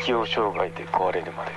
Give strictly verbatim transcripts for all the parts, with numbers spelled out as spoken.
適応障害で壊れるまで。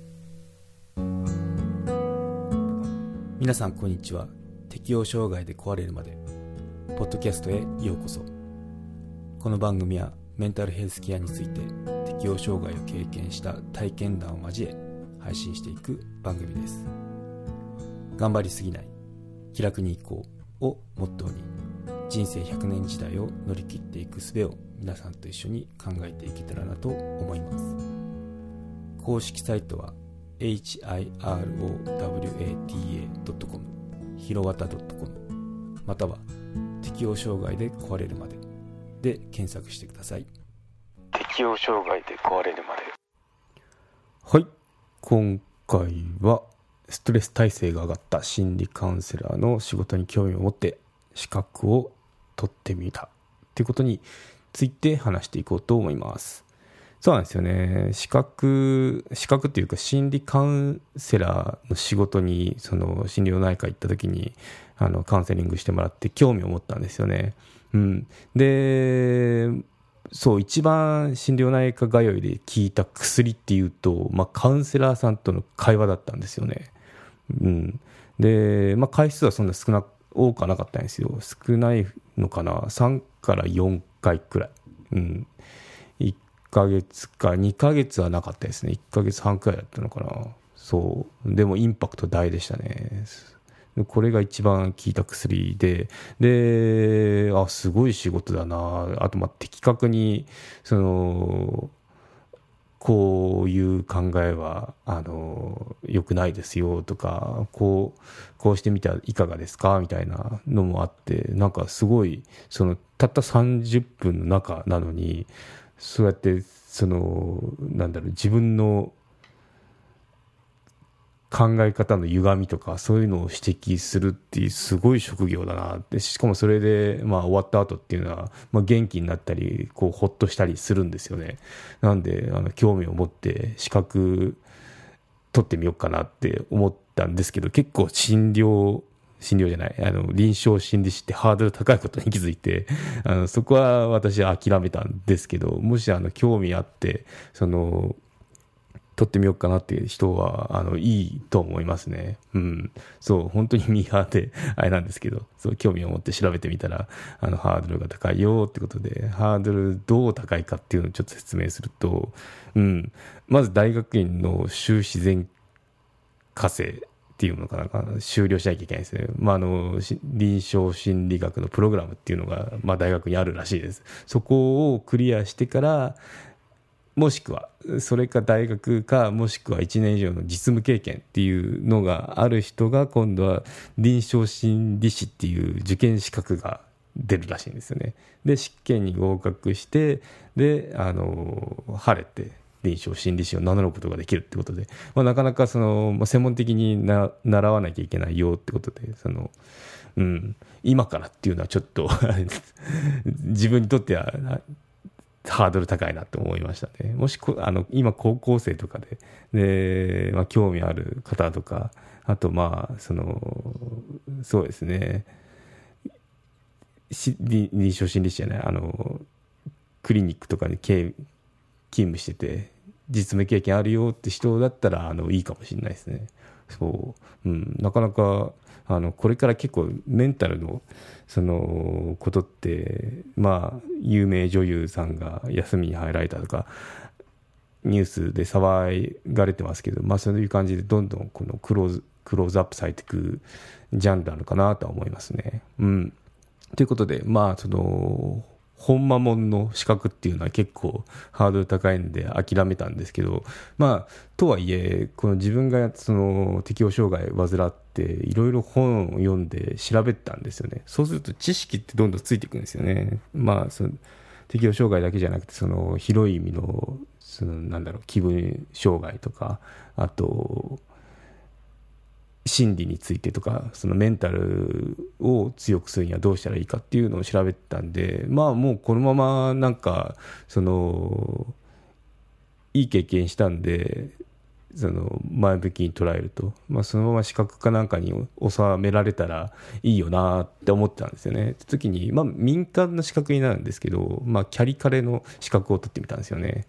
皆さんこんにちは。適応障害で壊れるまでポッドキャストへようこそ。この番組はメンタルヘルスケアについて適応障害を経験した体験談を交え配信していく番組です。頑張りすぎない、気楽にいこうをモットーに人生ひゃくねん時代を乗り切っていく術を皆さんと一緒に考えていけたらなと思います。公式サイトは エイチアイアールオーダブリューエーティーエードットコム ひろわた .com または適応障害で壊れるまでで検索してください。 適応障害で壊れるまで。 はい、今回はストレス耐性が上がった心理カウンセラーの仕事に興味を持って資格を取ってみたということについて話していこうと思います。そうなんですよね。資格、資格っていうか心理カウンセラーの仕事にその心療内科行った時にあのカウンセリングしてもらって興味を持ったんですよね。うん、で、そう一番心療内科通いで効いた薬っていうと、まあ、カウンセラーさんとの会話だったんですよね。うん、で、まあ、回数はそんな少な多くはなかったんですよ。少ないのかな、さんからよんかいくらい、うん、いっかげつかにかげつはなかったですね。いっかげつはんくらいだったのかな。そうでもインパクト大でしたね。これが一番効いた薬で、で、あ、すごい仕事だな。あと、まあ、的確にそのこういう考えはあの良くないですよとか、こうこうしてみてはいかがですかみたいなのもあって、なんかすごいそのたったさんじゅっぷんの中なのに、そうやってそのなんだろう、自分の考え方の歪みとかそういうのを指摘するっていうすごい職業だなって。しかもそれで、まあ、終わった後っていうのは、まあ、元気になったりこうほっとしたりするんですよね。なんであの興味を持って資格取ってみようかなって思ったんですけど、結構診療診療じゃないあの臨床心理士ってハードル高いことに気づいて、あのそこは私は諦めたんですけど、もしあの興味あってその取ってみようかなっていう人はあのいいと思いますね。うん、そう本当にミーハーであれなんですけど、そう興味を持って調べてみたらあのハードルが高いよってことで、ハードルどう高いかっていうのをちょっと説明すると、うん、まず大学院の修士全課程っていうのかな、修了しなきゃいけないですね。まあ、あの臨床心理学のプログラムっていうのが、まあ、大学にあるらしいです。そこをクリアしてから、もしくはそれか大学か、もしくはいちねん以上の実務経験っていうのがある人が今度は臨床心理士っていう受験資格が出るらしいんですよね。で試験に合格して、であの晴れて臨床心理士を名乗ることができるってことで、まあ、なかなかその、まあ、専門的にな習わなきゃいけないよってことで、その、うん、今からっていうのはちょっと自分にとってはハードル高いなと思いましたね。もしこあの今高校生とかで、で、まあ、興味ある方とか、あとまあそのそうですね、臨床心理士じゃないあのクリニックとかに勤務してて実務経験あるよって人だったらあのいいかもしれないですね。そう、うん、なかなかあのこれから結構メンタルのそのことって、まあ、有名女優さんが休みに入られたとかニュースで騒がれてますけど、まあ、そういう感じでどんどんこのクローズ、クローズアップされていくジャンルなのかなとは思いますね。うん、ということで、まあその本間もんの資格っていうのは結構ハードル高いんで諦めたんですけど、まあとはいえこの自分がその適応障害を患っていろいろ本を読んで調べたんですよね。そうすると知識ってどんどんついていくんですよね。まあその適応障害だけじゃなくてその広い意味のそのなんだろう気分障害とか、あと心理についてとか、そのメンタルを強くするにはどうしたらいいかっていうのを調べてたんで、まあもうこのままなんかそのいい経験したんで、その前向きに捉えると、まあ、そのまま資格かなんかに収められたらいいよなって思ってたんですよね。って時に、まあ、民間の資格になるんですけど、まあ、キャリカレの資格を取ってみたんですよね。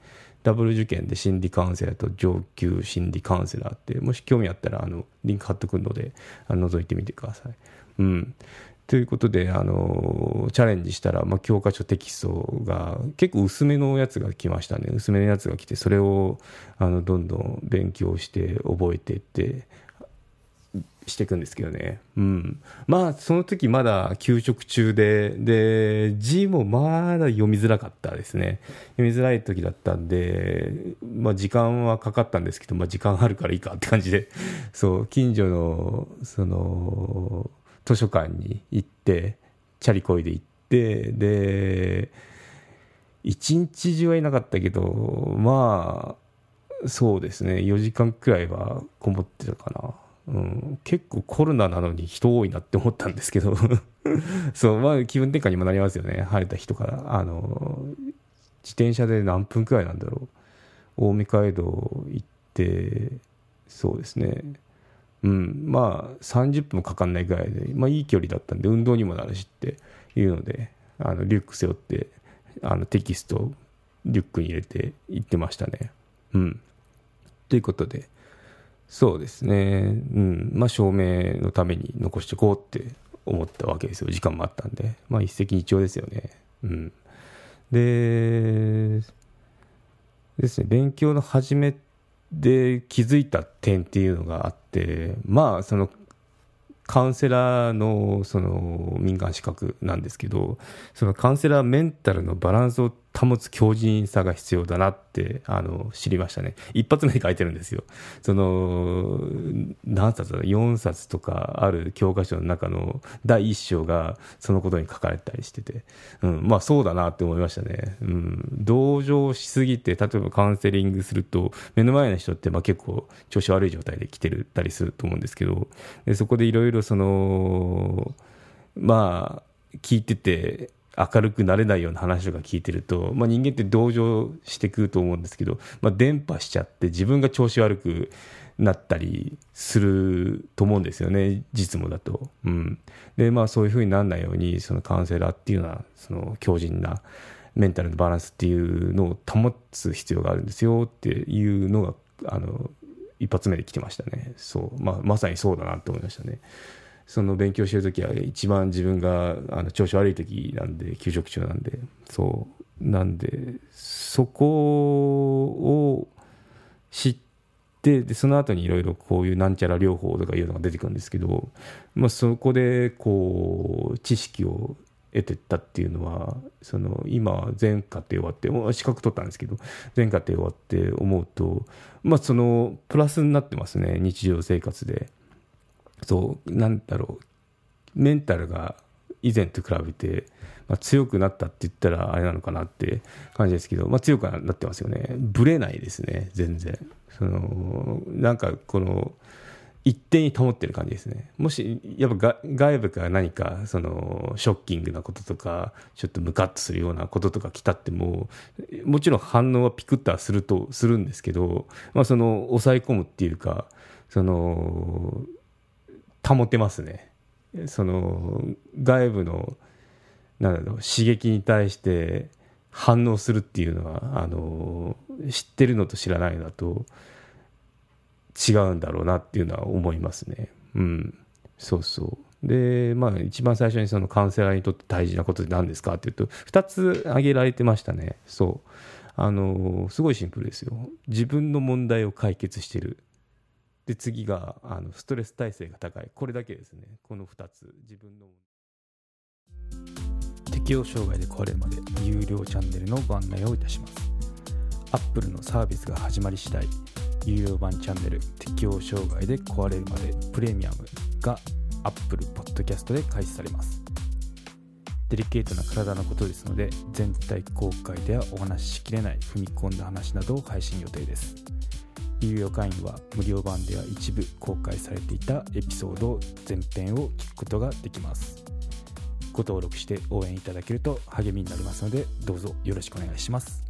ダブル受験で心理カウンセラーと上級心理カウンセラーって、もし興味あったらあのリンク貼っとくのであの覗いてみてください。うん、ということであのチャレンジしたら、まあ、教科書テキストが結構薄めのやつが来ましたね。薄めのやつが来て、それをあのどんどん勉強して覚えていってしていくんですけどね。うん。まあその時まだ休職中で、で字もまだ読みづらかったですね。読みづらい時だったんで、まあ時間はかかったんですけど、まあ時間あるからいいかって感じで、そう近所のその図書館に行ってチャリこいで行って、で一日中はいなかったけど、まあそうですね、よじかんくらいはこもってたかな。うん、結構コロナなのに人多いなって思ったんですけどそう、まあ、気分転換にもなりますよね。晴れた日とかあの自転車で何分くらいなんだろう、青梅街道行って、そうですね、うん、まあさんじゅっぷんもかかんないぐらいで、まあ、いい距離だったんで運動にもなるしっていうので、あのリュック背負ってあのテキストをリュックに入れて行ってましたね。うん、ということでそうですね、うん、まあ証明のために残しておこうって思ったわけですよ。時間もあったんで、まあ一石二鳥ですよね。うん、でですね、勉強の始めで気づいた点っていうのがあって、まあそのカウンセラーのその民間資格なんですけど、そのカウンセラーメンタルのバランスを保つ強靭さが必要だなってあの知りましたね。一発目に書いてるんですよ。その何冊だよんさつとかある教科書の中のだいいっ章がそのことに書かれたりしてて、うん、まあそうだなって思いましたね。うん、同情しすぎて、例えばカウンセリングすると目の前の人ってまあ結構調子悪い状態で来てるたりすると思うんですけど、でそこでいろいろそのまあ聞いてて明るくなれないような話とか聞いてると、まあ、人間って同情してくると思うんですけど、まあ、伝播しちゃって自分が調子悪くなったりすると思うんですよね、実務だと。うん、でまあそういうふうにならないように、そのカウンセラーっていうのはその強靭なメンタルのバランスっていうのを保つ必要があるんですよっていうのがあの一発目で来てましたね。そう、まあ、まさにそうだなって思いましたね。その勉強してる時は一番自分があの調子悪い時なんで、休職中なんで、そうなんでそこを知って、でその後にいろいろこういうなんちゃら療法とかいうのが出てくるんですけど、まあ、そこでこう知識を得てったっていうのは、その今全課程終わって資格取ったんですけど、全課程終わって思うと、まあそのプラスになってますね、日常生活で。そうなんだろう、メンタルが以前と比べて、まあ、強くなったって言ったらあれなのかなって感じですけど、まあ、強くなってますよね。ぶれないですね、全然。そのなんかこの一定に保ってる感じですね。もしやっぱ外部から何かそのショッキングなこととか、ちょっとムカッとするようなこととか来たっても、もちろん反応はピクッとはするとするんですけど、まあ、その抑え込むっていうか、その保てますね。その外部のなんだろう刺激に対して反応するっていうのは、あの知ってるのと知らないのだと違うんだろうなっていうのは思いますね。うん、そうそう。で、まあ一番最初にそのカウンセラーにとって大事なことって何ですかっていうと、ふたつ挙げられてましたね。そう。あのすごいシンプルですよ。自分の問題を解決してる。で次があのストレス耐性が高い。これだけですね。このふたつ。自分の適応障害で壊れるまで有料チャンネルのご案内をいたします。Apple のサービスが始まり次第、有料版チャンネル適応障害で壊れるまでプレミアムが Apple Podcast で開始されます。デリケートな体のことですので、全体公開ではお話ししきれない踏み込んだ話などを配信予定です。有料会員は無料版では一部公開されていたエピソード全編を聞くことができます。ご登録して応援いただけると励みになりますので、どうぞよろしくお願いします。